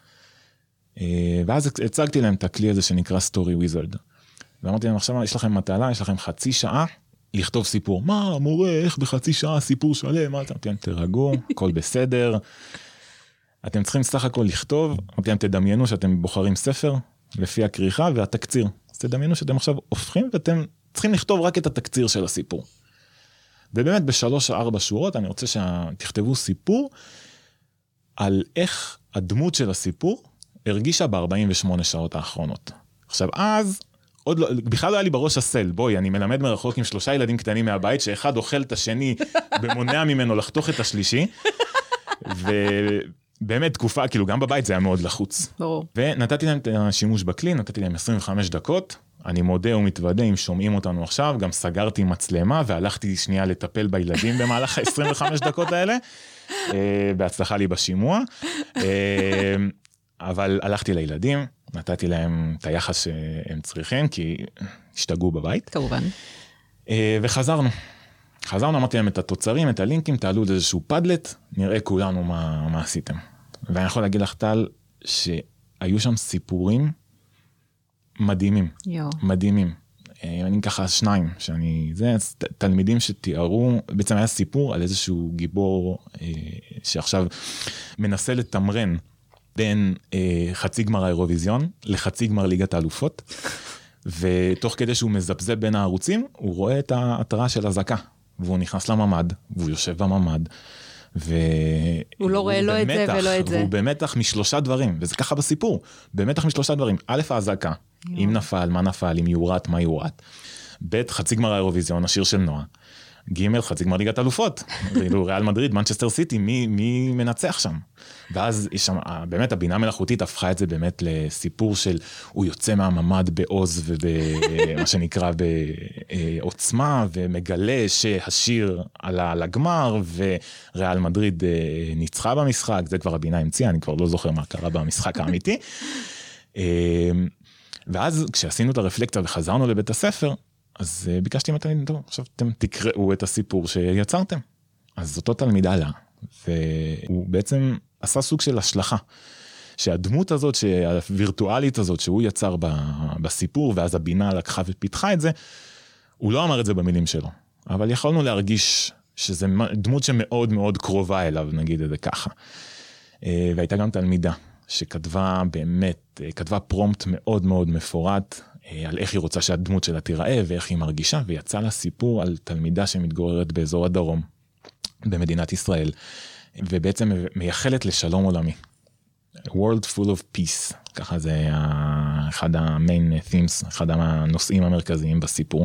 ואז הצגתי להם את הכלי הזה שנקרא Story Wizard. ואמרתי להם, עכשיו יש לכם מטלה, יש לכם חצי שעה לכתוב סיפור. מה, מורה, איך בחצי שעה סיפור שלם? מה אתם תרגעו, הכל בסדר. אתם צריכים סך הכל לכתוב, אמרתי להם, תדמיינו שאתם בוחרים ספר, לפי הכריכה והתקציר. אז תדמיינו שאתם עכשיו הופכים, ואתם צריכים לכתוב רק את התקציר של הסיפור. ובאמת, ב3-4 שורות, אני רוצה שתכתבו סיפור, על איך הדמות של הסיפור הרגישה ב-48 שעות האחרונות. עכשיו, אז, בכלל לא היה לי בראש הסל, בואי, אני מלמד מרחוק עם 3 ילדים קטנים מהבית, שאחד אוכל את השני, ומונע ממנו לחתוך את השלישי, ובאמת תקופה, כאילו גם בבית זה היה מאוד לחוץ. ברור. ונתתי להם את השימוש בכלי, נתתי להם 25 דקות, אני מודה ומתוודה אם שומעים אותנו עכשיו, גם סגרתי מצלמה, והלכתי שנייה לטפל בילדים במהלך ה-25 דקות האלה, בהצלחה לי בשימוע, אבל הלכתי לילדים, נתתי להם את היחס שהם צריכים, כי השתגעו בבית. כמובן. וחזרנו, אמרתי להם את התוצרים, את הלינקים, תעלו את איזשהו פדלט, נראה כולנו מה עשיתם. ואני יכול להגיד לך, טל, שהיו שם סיפורים מדהימים, מדהימים. אני ככה 2, זה תלמידים שתיארו, בעצם היה סיפור על איזשהו גיבור שעכשיו מנסה לתמרן בין חצי גמר האירוויזיון לחצי גמר ליגת האלופות, ותוך כדי שהוא מזבזב בין הערוצים, הוא רואה את ההתראה של הזקה, והוא נכנס לממד, והוא יושב בממד, הוא לא רואה לא את זה ולא את זה. והוא במתח מ3 דברים, וזה ככה בסיפור, במתח מ3 דברים. א', ההזקה, אם נפל, מה נפל, אם יורט, מה יורט. ב', חצי גמר האירוויזיון, השיר של נועה. ג' חצי גמר ליגת אלופות, ריאל מדריד, מנצ'סטר סיטי, מי מנצח שם? ואז יש שם, באמת הבינה המלאכותית הפכה את זה באמת לסיפור של, הוא יוצא מהממד בעוז ובמה שנקרא בעוצמה, ומגלה שהשיר עלה לגמר, וריאל מדריד ניצחה במשחק, זה כבר הבינה המציאה, אני כבר לא זוכר מה קרה במשחק האמיתי. ואז כשעשינו את הרפלקציה וחזרנו לבית הספר, אז ביקשתי מהתלמידים, טוב, עכשיו אתם תקראו את הסיפור שיצרתם. אז אותו תלמיד עלה, והוא בעצם עשה סוג של השלכה, שהדמות הזאת, הווירטואלית הזאת, שהוא יצר בסיפור, ואז הבינה לקחה ופיתחה את זה, הוא לא אמר את זה במילים שלו, אבל יכולנו להרגיש שזה דמות שמאוד מאוד קרובה אליו, נגיד את זה ככה. והייתה גם תלמידה, שכתבה באמת, כתבה פרומפט מאוד מאוד מפורט, על איך היא רוצה שהדמות שלה תיראה, ואיך היא מרגישה, ויצא לה סיפור על תלמידה שמתגוררת באזור הדרום, במדינת ישראל, ובעצם מייחלת לשלום עולמי. World full of peace, ככה זה אחד ה-main themes, אחד הנושאים המרכזיים בסיפור.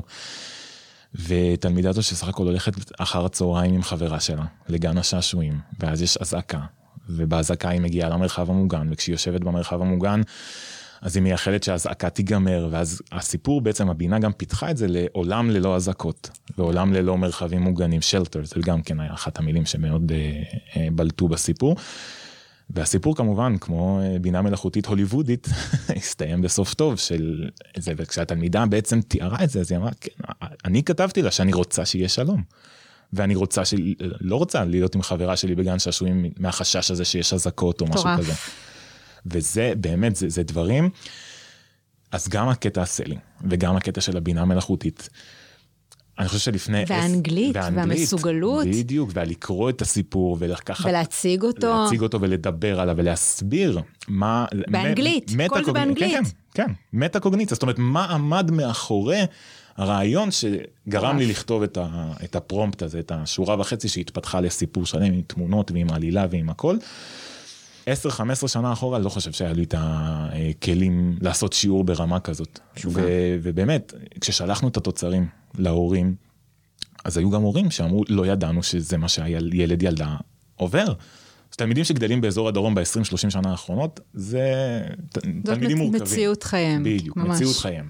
ותלמידה הזו שסך הכל הולכת אחר הצהריים עם חברה שלה, לגן השעשועים, ואז יש אזעקה, ובאזעקה היא מגיעה למרחב המוגן, וכשהיא יושבת במרחב המוגן, אז היא מייחלת שהאזעקה תיגמר, ואז הסיפור בעצם, הבינה גם פיתחה את זה לעולם ללא אזעקות, ועולם ללא מרחבים מוגנים, shelter, זה גם כן היה אחת המילים שמאוד בלטו בסיפור, והסיפור כמובן, כמו בינה מלאכותית הוליוודית, הסתיים בסוף טוב של זה, וכשהתלמידה בעצם תיארה את זה, אז היא אמרה, כן, אני כתבתי לה שאני רוצה שיהיה שלום, ואני רוצה, לא רוצה להיות עם חברה שלי בגן שעשועים, מהחשש הזה שיש אזעקות או משהו כזה. וזה באמת, זה דברים, אז גם הקטע הסלי, וגם הקטע של הבינה המלאכותית, אני חושב שלפני... והאנגלית, והמסוגלות. בדיוק, ולקרוא את הסיפור, ולקחת... ולהציג אותו. להציג אותו ולדבר עליו, ולהסביר מה... באנגלית, כל זה באנגלית. כן, מטה-קוגניציה, זאת אומרת, מה עמד מאחורי הרעיון שגרם לי לכתוב את הפרומפט הזה, את השורה וחצי שהתפתחה לסיפור שלם, עם תמונות ועם עלילה ועם הכל. 10-15 שנה אחורה, לא חושב שהיה לי את הכלים לעשות שיעור ברמה כזאת. ובאמת, כששלחנו את התוצרים להורים, אז היו גם הורים שאמרו, לא ידענו שזה מה שהילד ילדה עובר. אז תלמידים שגדלים באזור הדרום ב-20-30 שנה האחרונות, זה תלמידים מורכבים. זאת מציאות חייהם. בדיוק, ממש. מציאות חייהם.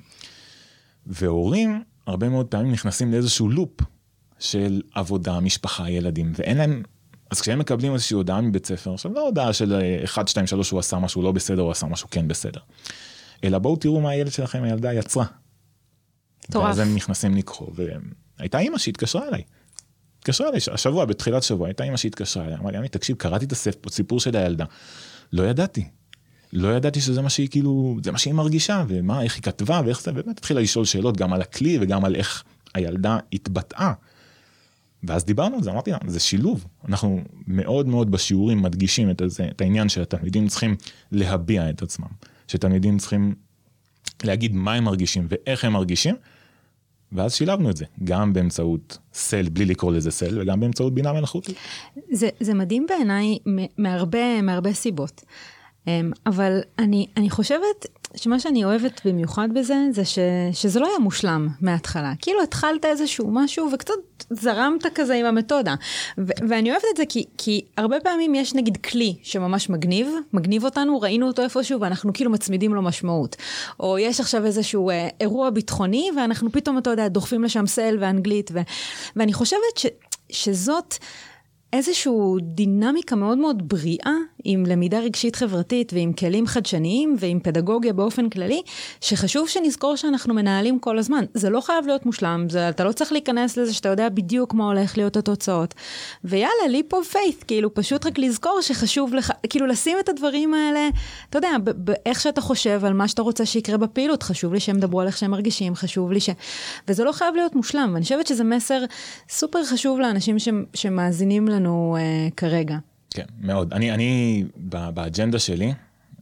והורים, הרבה מאוד פעמים נכנסים לאיזשהו לופ של עבודה, משפחה, ילדים, ואין להם... אז כשהם מקבלים איזושהי הודעה מבית ספר, עכשיו לא הודעה של 1, 2, 3, הוא עשה משהו לא בסדר, הוא עשה משהו כן בסדר. אלא בואו תראו מה הילד שלכם, הילדה יצרה. טורף. ואז הם נכנסים לקרוא, והייתה אמא שהתקשרה אליי. התקשרה אליי, השבוע, בתחילת שבוע, הייתה אמא שהתקשרה אליי. אמרה לי, תקשיב, קראתי את הסיפור של הילדה. לא ידעתי. לא ידעתי שזה מה שהיא כאילו, זה מה שהיא מרגישה, ומה, איך היא כתבה, ואיך זה, באמת התחילה לשאול שאלות גם על הכלי, וגם על איך הילדה התבטאה. ואז דיברנו על זה, אמרתי, זה שילוב. אנחנו מאוד מאוד בשיעורים מדגישים את העניין שהתלמידים צריכים להביע את עצמם. שתלמידים צריכים להגיד מה הם מרגישים ואיך הם מרגישים, ואז שילבנו את זה, גם באמצעות סל, בלי לקרוא לזה סל, וגם באמצעות בינה מלאכותית. זה מדהים בעיניי מהרבה סיבות. אבל אני חושבת שמה שאני אוהבת במיוחד בזה, זה שזה לא היה מושלם מההתחלה. כאילו התחלת איזשהו משהו, וקצת זרמת כזה עם המתודה. ואני אוהבת את זה כי הרבה פעמים יש נגיד כלי שממש מגניב אותנו, ראינו אותו איפשהו, ואנחנו כאילו מצמידים לו משמעות. או יש עכשיו איזשהו אירוע ביטחוני, ואנחנו פתאום, אתה יודע, דוחפים לשם סל ואנגלית, ואני חושבת שזאת... איזשהו דינמיקה מאוד מאוד בריאה, עם למידה רגשית חברתית, ועם כלים חדשניים, ועם פדגוגיה באופן כללי, שחשוב שנזכור שאנחנו מנהלים כל הזמן. זה לא חייב להיות מושלם, אתה לא צריך להיכנס לזה שאתה יודע בדיוק מה הולך להיות התוצאות. ויאללה, leap of faith, כאילו פשוט רק לזכור שחשוב לך, כאילו לשים את הדברים האלה, אתה יודע, באיך שאתה חושב על מה שאתה רוצה שיקרה בפעילות, חשוב לי שהם דברו על איך שהם מרגישים, חשוב לי וזה לא חייב להיות מושלם, ואני חושבת שזה מסר סופר חשוב לאנשים שמאזינים לנו כרגע. כן, מאוד. אני באג'נדה שלי,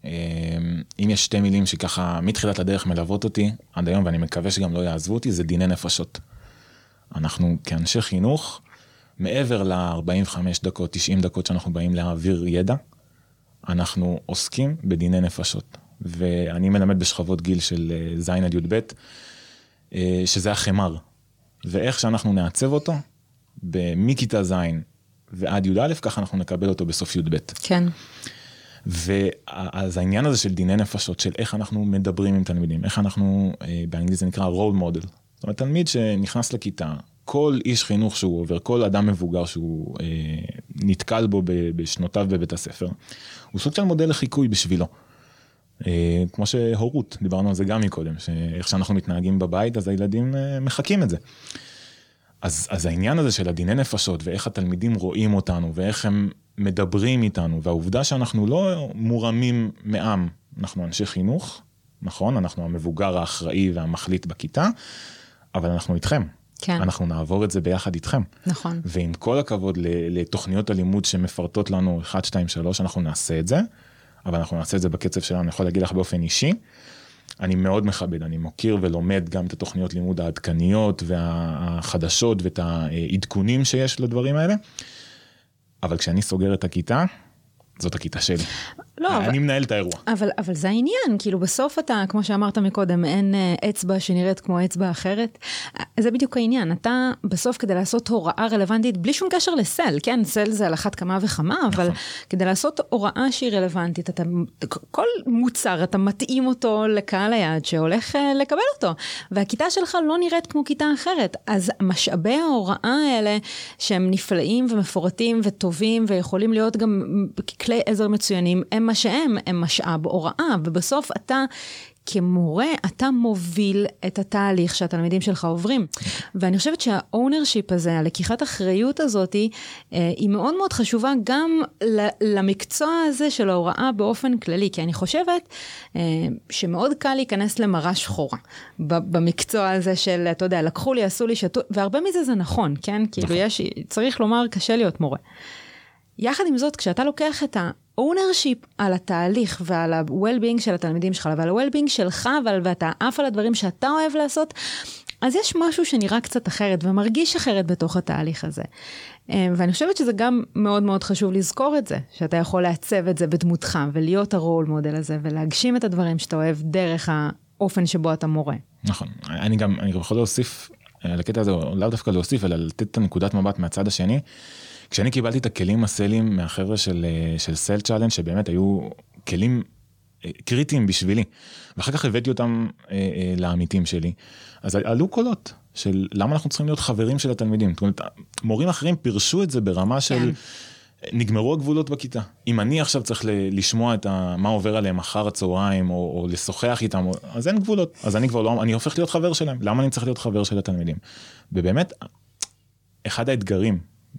אם יש שתי מילים שככה מתחילת הדרך מלוות אותי עד היום, ואני מקווה שגם לא יעזבו אותי, זה דיני נפשות. אנחנו כאנשי חינוך, מעבר ל-45 דקות, 90 דקות שאנחנו באים להעביר ידע, אנחנו עוסקים בדיני נפשות. ואני מלמד בשכבות גיל של זין עד י"ב, שזה החמר. ואיך שאנחנו נעצב אותו, מכיתה ז' ועד י"א, ככה אנחנו נקבל אותו בסוף י"ב. כן. ואז העניין הזה של דיני נפשות, של איך אנחנו מדברים עם תלמידים, איך אנחנו, באנגלית זה נקרא role model. זאת אומרת, תלמיד שנכנס לכיתה, כל איש חינוך שהוא עובר, כל אדם מבוגר שהוא נתקל בו בשנותיו בבית הספר, הוא סוג של מודל לחיקוי בשבילו. כמו שהורות, דיברנו על זה גם מקודם, שאיך שאנחנו מתנהגים בבית, אז הילדים מחכים את זה. אז העניין הזה של הדיני נפשות, ואיך התלמידים רואים אותנו, ואיך הם מדברים איתנו, והעובדה שאנחנו לא מורמים מעם, אנחנו אנשי חינוך, נכון? אנחנו המבוגר האחראי והמחליט בכיתה, אבל אנחנו איתכם. כן. אנחנו נעבור את זה ביחד איתכם. נכון. ועם כל הכבוד לתוכניות הלימוד שמפרטות לנו 1, 2, 3, אנחנו נעשה את זה, אבל אנחנו נעשה את זה בקצב שלנו, אני יכול להגיד לך באופן אישי, אני מאוד מכבד, אני מוקיר ולומד גם את התוכניות לימוד העדכניות והחדשות ואת העדכונים שיש לדברים האלה, אבל כשאני סוגר את הכיתה, זאת הכיתה שלי. לא, אני מנהל את האירוע. אבל זה העניין, כאילו בסוף אתה, כמו שאמרת מקודם, אין אצבע שנראית כמו אצבע אחרת. זה בדיוק העניין. אתה בסוף כדי לעשות הוראה רלוונטית, בלי שום קשר לסל, כן? סל זה על אחת כמה וכמה, אבל כדי לעשות הוראה שהיא רלוונטית, כל מוצר, אתה מתאים אותו לקהל היעד שהולך לקבל אותו. והכיתה שלך לא נראית כמו כיתה אחרת. אז משאבי ההוראה האלה, שהם נפלאים ומפורטים וטובים, ויכולים להיות גם כלי עזר מצוינים, הם מה שהם, הם משאב הוראה, ובסוף אתה כמורה, אתה מוביל את התהליך שהתלמידים שלך עוברים. ואני חושבת שהאונרשיפ הזה, הלקיחת אחריות הזאת, היא מאוד מאוד חשובה גם למקצוע הזה של ההוראה באופן כללי, כי אני חושבת שמאוד קל להיכנס למראה שחורה, במקצוע הזה של, אתה יודע, לקחו לי, עשו לי, שתו, והרבה מזה זה נכון, כן? כאילו צריך לומר, קשה להיות מורה. יחד עם זאת, כשאתה לוקח את ה-ownership על התהליך ועל ה-well-being של התלמידים שלך, ועל ה-well-being שלך, ואתה עף על הדברים שאתה אוהב לעשות, אז יש משהו שנראה קצת אחרת ומרגיש אחרת בתוך התהליך הזה. ואני חושבת שזה גם מאוד מאוד חשוב לזכור את זה, שאתה יכול לעצב את זה בדמותך, ולהיות הרול מודל הזה, ולהגשים את הדברים שאתה אוהב דרך האופן שבו אתה מורה. נכון. אני גם יכול להוסיף, לקטע הזה, לא דווקא להוסיף, אלא לתת את הנקודת מבט מהצד השני, כשאני קיבלתי את הכלים הסליים מהחבר'ה של סל צ'אלנג' שבאמת היו כלים קריטיים בשבילי, ואחר כך הבאתי אותם לעמיתים שלי, אז עלו קולות של למה אנחנו צריכים להיות חברים של התלמידים. זאת אומרת, מורים אחרים פירשו את זה ברמה של נגמרו הגבולות בכיתה. אם אני עכשיו צריך לשמוע את מה עובר עליהם אחר הצהריים, או לשוחח איתם, אז אין גבולות. אז אני כבר לא, אני הופך להיות חבר שלהם. למה אני צריך להיות חבר של התלמידים? ובאמת, אחד האתגרים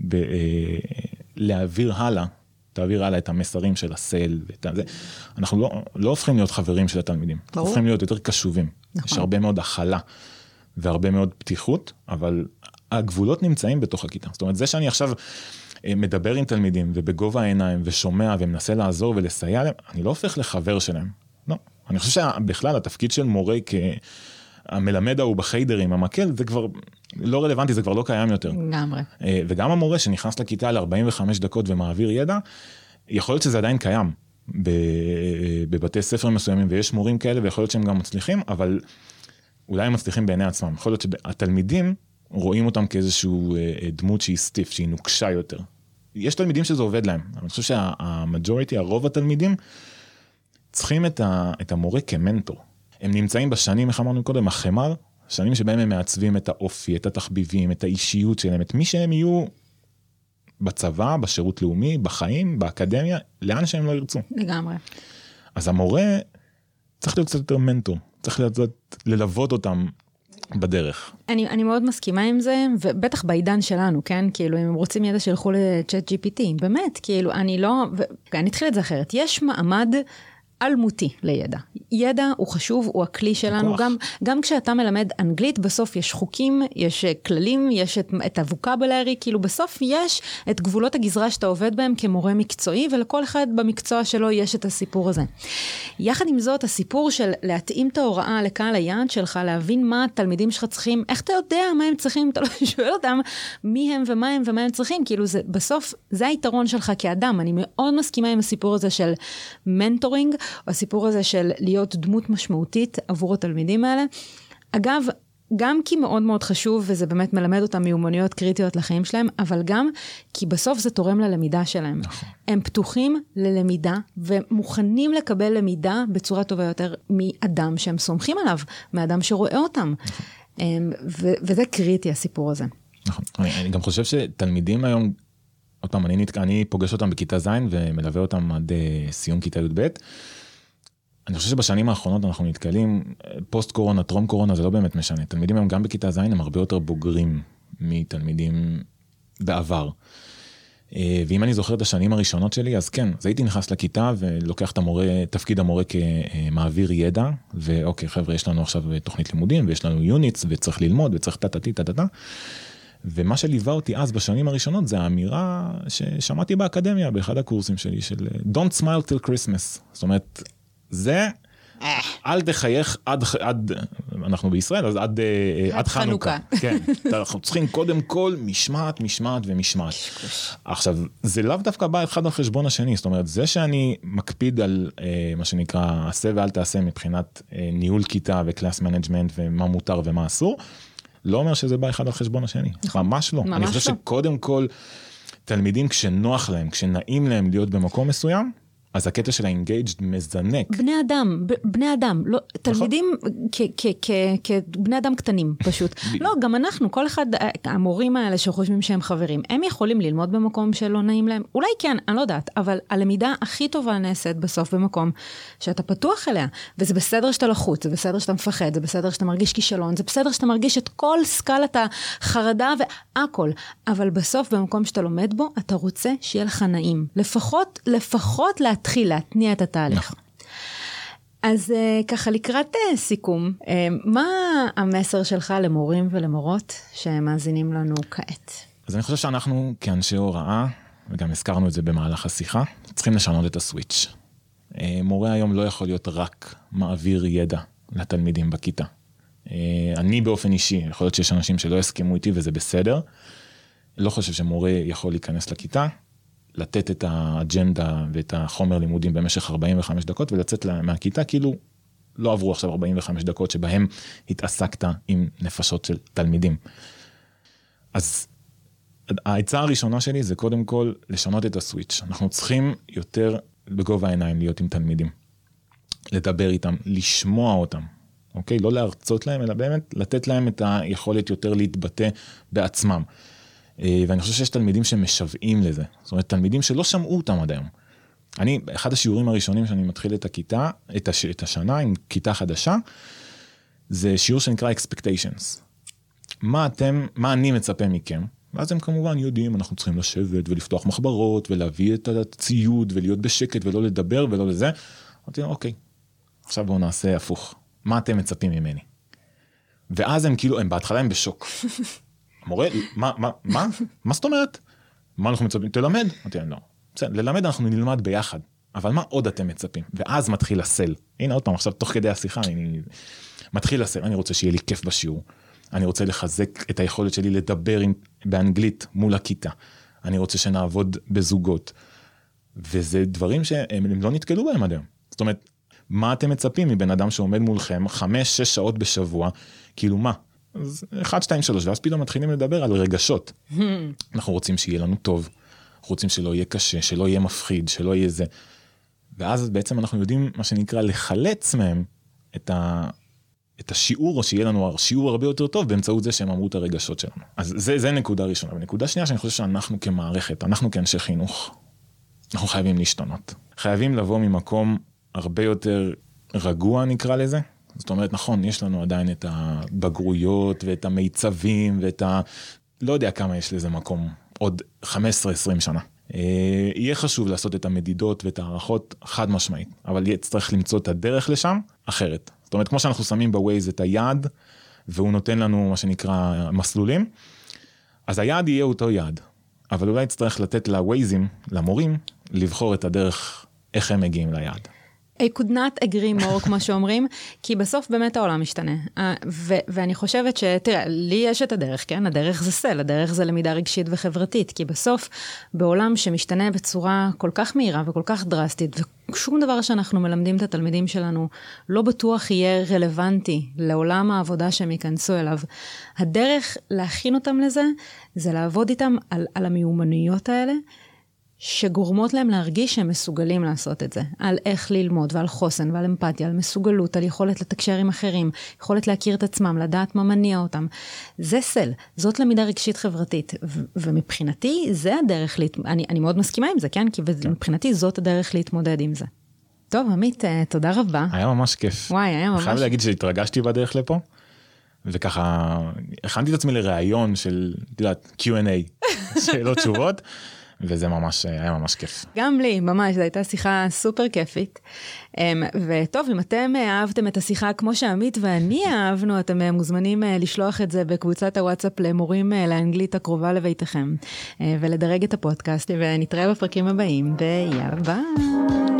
להעביר הלאה, תעביר הלאה את המסרים של הסל, אנחנו לא הופכים להיות חברים של התלמידים, הופכים להיות יותר קשובים. יש הרבה מאוד הכלה, והרבה מאוד פתיחות, אבל הגבולות נמצאים בתוך הכיתה. זאת אומרת, זה שאני עכשיו מדבר עם תלמידים, ובגובה העיניים, ושומע, ומנסה לעזור ולסייע להם, אני לא הופך לחבר שלהם. לא. אני חושב שבכלל התפקיד של מורה המלמד ההוא בחיידר עם המקל, זה כבר לא רלוונטי, זה כבר לא קיים יותר. לגמרי. וגם המורה שנכנס לכיתה ל-45 דקות ומעביר ידע, יכול להיות שזה עדיין קיים בבתי ספר מסוימים, ויש מורים כאלה, ויכול להיות שהם גם מצליחים, אבל אולי הם מצליחים בעיני עצמם. יכול להיות שהתלמידים רואים אותם כאיזשהו דמות שהיא סטיף, שהיא נוקשה יותר. יש תלמידים שזה עובד להם. אני חושב שהמג'וריטי, הרוב התלמידים, צריכים את המורה כמנטור. הם נמצאים בשנים, איך אמרנו קודם, החמר, שנים שבהם הם מעצבים את האופי, את התחביבים, את האישיות שלהם, את מי שהם יהיו בצבא, בשירות לאומי, בחיים, באקדמיה, לאן שהם לא ירצו. לגמרי. אז המורה צריך להיות קצת יותר מנטור, צריך ללוות אותם בדרך. אני מאוד מסכימה עם זה, ובטח בעידן שלנו, כן? כאילו, אם הם רוצים ידע שילכו לצ'אט GPT, באמת, כאילו, אני אתחיל את זה אחרת. יש מעמד אלמותי לידע. ידע הוא חשוב, הוא הכלי שלנו, גם כשאתה מלמד אנגלית, בסוף יש חוקים, יש כללים, יש את הווקבולרי, כאילו בסוף יש את גבולות הגזרה שאתה עובד בהם כמורה מקצועי, ולכל אחד במקצוע שלו יש את הסיפור הזה. יחד עם זאת, הסיפור של להתאים את ההוראה לקהל היעד שלך, להבין מה התלמידים שלך צריכים, איך אתה יודע מה הם צריכים, אתה לא שואל אותם מי הם ומה הם ומה הם צריכים, כאילו בסוף זה היתרון שלך כאדם. אני מאוד מסכימה עם הסיפור הזה של מנטורינג, הסיפור הזה של להיות דמות משמעותית עבור התלמידים האלה. אגב, גם כי מאוד מאוד חשוב, וזה באמת מלמד אותם מיומנויות קריטיות לחיים שלהם, אבל גם כי בסוף זה תורם ללמידה שלהם. נכון. הם פתוחים ללמידה, ומוכנים לקבל למידה בצורה טובה יותר מאדם שהם סומכים עליו, מאדם שרואה אותם. וזה קריטי הסיפור הזה. נכון. אני גם חושב שתלמידים היום, עוד פעם, אני פוגש אותם בכיתה ז' ומלווה אותם עד סיום כיתה י"ב. אני חושב שבשנים האחרונות אנחנו נתקלים, פוסט קורונה, טרום קורונה, זה לא באמת משנה. תלמידים היום גם בכיתה ז' הם הרבה יותר בוגרים מתלמידים בעבר. ואם אני זוכר את השנים הראשונות שלי, אז כן, אז הייתי נכנס לכיתה ולוקח את תפקיד המורה כמעביר ידע, ואוקיי, חבר'ה, יש לנו עכשיו תוכנית לימודים, ויש לנו יוניטס, וצריך ללמוד, וצריך טה-טה-טה-טה. ומה שליווה אותי אז בשנים הראשונות, זה האמירה ששמעתי באקדמיה, באחד הקורסים שלי, של Don't smile till Christmas. זאת אומרת, זה, אל תחייך עד, אנחנו בישראל, אז עד חנוכה. כן, אנחנו צריכים קודם כל משמעת ומשמעת. עכשיו, זה לאו דווקא בא אחד על חשבון השני, זאת אומרת, זה שאני מקפיד על מה שנקרא, עשה ואל תעשה מבחינת ניהול כיתה וקלאס מנג'מנט ומה מותר ומה אסור, לא אומר שזה בא אחד על חשבון השני. ממש לא. אני חושב שקודם כל, תלמידים כשנוח להם, כשנעים להם להיות במקום מסוים, אז הקטע של ה-engaged מזנק. בני אדם, לא, תלמידים כבני אדם קטנים פשוט. לא, גם אנחנו, כל אחד, המורים האלה שחושבים שהם חברים, הם יכולים ללמוד במקום שלא נעים להם, אולי כן, אני לא יודעת, אבל הלמידה הכי טובה נעשית בסוף במקום שאתה פתוח אליה, וזה בסדר שאתה לחוץ, זה בסדר שאתה מפחד, זה בסדר שאתה מרגיש כישלון, זה בסדר שאתה מרגיש את כל סקלת החרדה והכל, אבל בסוף במקום שאתה לומד בו, אתה רוצה שיהיה לך נעים. לפחות להתניע את התהליך. אז ככה לקראת סיכום, מה המסר שלך למורים ולמורות שמאזינים לנו כעת? אז אני חושב שאנחנו כאנשי הוראה, וגם הזכרנו את זה במהלך השיחה, צריכים לשנות את הסוויץ'. מורה היום לא יכול להיות רק מעביר ידע לתלמידים בכיתה. אני באופן אישי, יכול להיות שיש אנשים שלא הסכימו איתי וזה בסדר, לא חושב שמורה יכול להיכנס לכיתה, לתת את האג'נדה ואת החומר לימודים במשך 45 דקות, ולצאת מהכיתה, כאילו לא עברו עכשיו 45 דקות שבהם התעסקת עם נפשות של תלמידים. אז העצה הראשונה שלי זה קודם כל לשנות את הסוויץ'. אנחנו צריכים יותר בגובה העיניים להיות עם תלמידים. לדבר איתם, לשמוע אותם. אוקיי? לא להרצות להם, אלא באמת לתת להם את היכולת יותר להתבטא בעצמם. ואני חושב שיש תלמידים שמשוועים לזה. זאת אומרת, תלמידים שלא שמעו אותם עד היום. אחד השיעורים הראשונים שאני מתחיל את הכיתה, את השנה עם כיתה חדשה, זה שיעור שנקרא expectations. מה אני מצפה מכם? ואז הם כמובן יודעים, אנחנו צריכים לשבת ולפתוח מחברות, ולהביא את הציוד, ולהיות בשקט, ולא לדבר, ולא לזה. אמרתי, אוקיי, עכשיו בואו נעשה הפוך. מה אתם מצפים ממני? ואז הם כאילו, בהתחלה הם בשוק. המורה, מה זאת אומרת? מה אנחנו מצפים? תלמד? אמרתי, לא. ללמד אנחנו נלמד ביחד. אבל מה עוד אתם מצפים? ואז מתחיל לסל. הנה עוד פעם, עכשיו תוך כדי השיחה, אני מתחיל לסל. אני רוצה שיהיה לי כיף בשיעור. אני רוצה לחזק את היכולת שלי לדבר באנגלית מול הכיתה. אני רוצה שנעבוד בזוגות. וזה דברים שהם לא נתקלו בהם עד היום. זאת אומרת, מה אתם מצפים מבן אדם שעומד מולכם 5-6 שעות בשבוע? כאילו מה? אז 1, 2, 3, ואז פתאום מתחילים לדבר על רגשות. אנחנו רוצים שיהיה לנו טוב, אנחנו רוצים שלא יהיה קשה, שלא יהיה מפחיד, שלא יהיה זה. ואז בעצם אנחנו יודעים מה שנקרא לחלץ מהם את השיעור, או שיהיה לנו שיעור הרבה יותר טוב, באמצעות זה שהם אמרו את הרגשות שלנו. אז זה נקודה ראשונה. ונקודה שנייה שאני חושב שאנחנו כמערכת, אנחנו כאנשי חינוך, אנחנו חייבים להשתנות. חייבים לבוא ממקום הרבה יותר רגוע נקרא לזה. זאת אומרת, נכון, יש לנו עדיין את הבגרויות ואת המיצבים ואת לא יודע כמה יש לזה מקום, עוד 15-20 שנה. יהיה חשוב לעשות את המדידות ואת הערכות חד משמעית, אבל צריך למצוא את הדרך לשם אחרת. זאת אומרת, כמו שאנחנו שמים בווייז את היעד, והוא נותן לנו מה שנקרא מסלולים, אז היעד יהיה אותו יעד, אבל אולי צריך לתת לווייזים, למורים, לבחור את הדרך איך הם מגיעים ליעד. I could not agree more, כמו שאומרים, כי בסוף באמת העולם משתנה. ואני חושבת שתראה, לי יש את הדרך, כן? הדרך זה סל, הדרך זה למידה רגשית וחברתית, כי בסוף, בעולם שמשתנה בצורה כל כך מהירה וכל כך דרסטית, ושום דבר שאנחנו מלמדים את התלמידים שלנו, לא בטוח יהיה רלוונטי לעולם העבודה שהם ייכנסו אליו. הדרך להכין אותם לזה, זה לעבוד איתם על המיומנויות האלה, שגורמות להם להרגיש שהם מסוגלים לעשות את זה, על איך ללמוד ועל חוסן ועל אמפתיה, על מסוגלות, על יכולת לתקשר עם אחרים, יכולת להכיר את עצמם, לדעת מה מניע אותם. זה סל, זאת למידה רגשית חברתית, ומבחינתי זה הדרך, אני מאוד מסכימה עם זה, כן? כי מבחינתי זאת הדרך להתמודד עם זה. טוב, עמית, תודה רבה. היה ממש כיף. וואי, היה ממש. חייב להגיד שהתרגשתי בדרך לפה, וככה, הכנתי את עצמי לראיון של, Q&A, שאלות תשובות, וזה ממש, היה ממש כיף. גם לי, ממש, זו הייתה שיחה סופר כיפית. וטוב, אם אתם אהבתם את השיחה כמו שעמית ואני אהבנו, אתם מוזמנים לשלוח את זה בקבוצת הוואטסאפ למורים לאנגלית הקרובה לביתכם, ולדרג את הפודקאסט, ונתראה בפרקים הבאים, ויאללה ביי.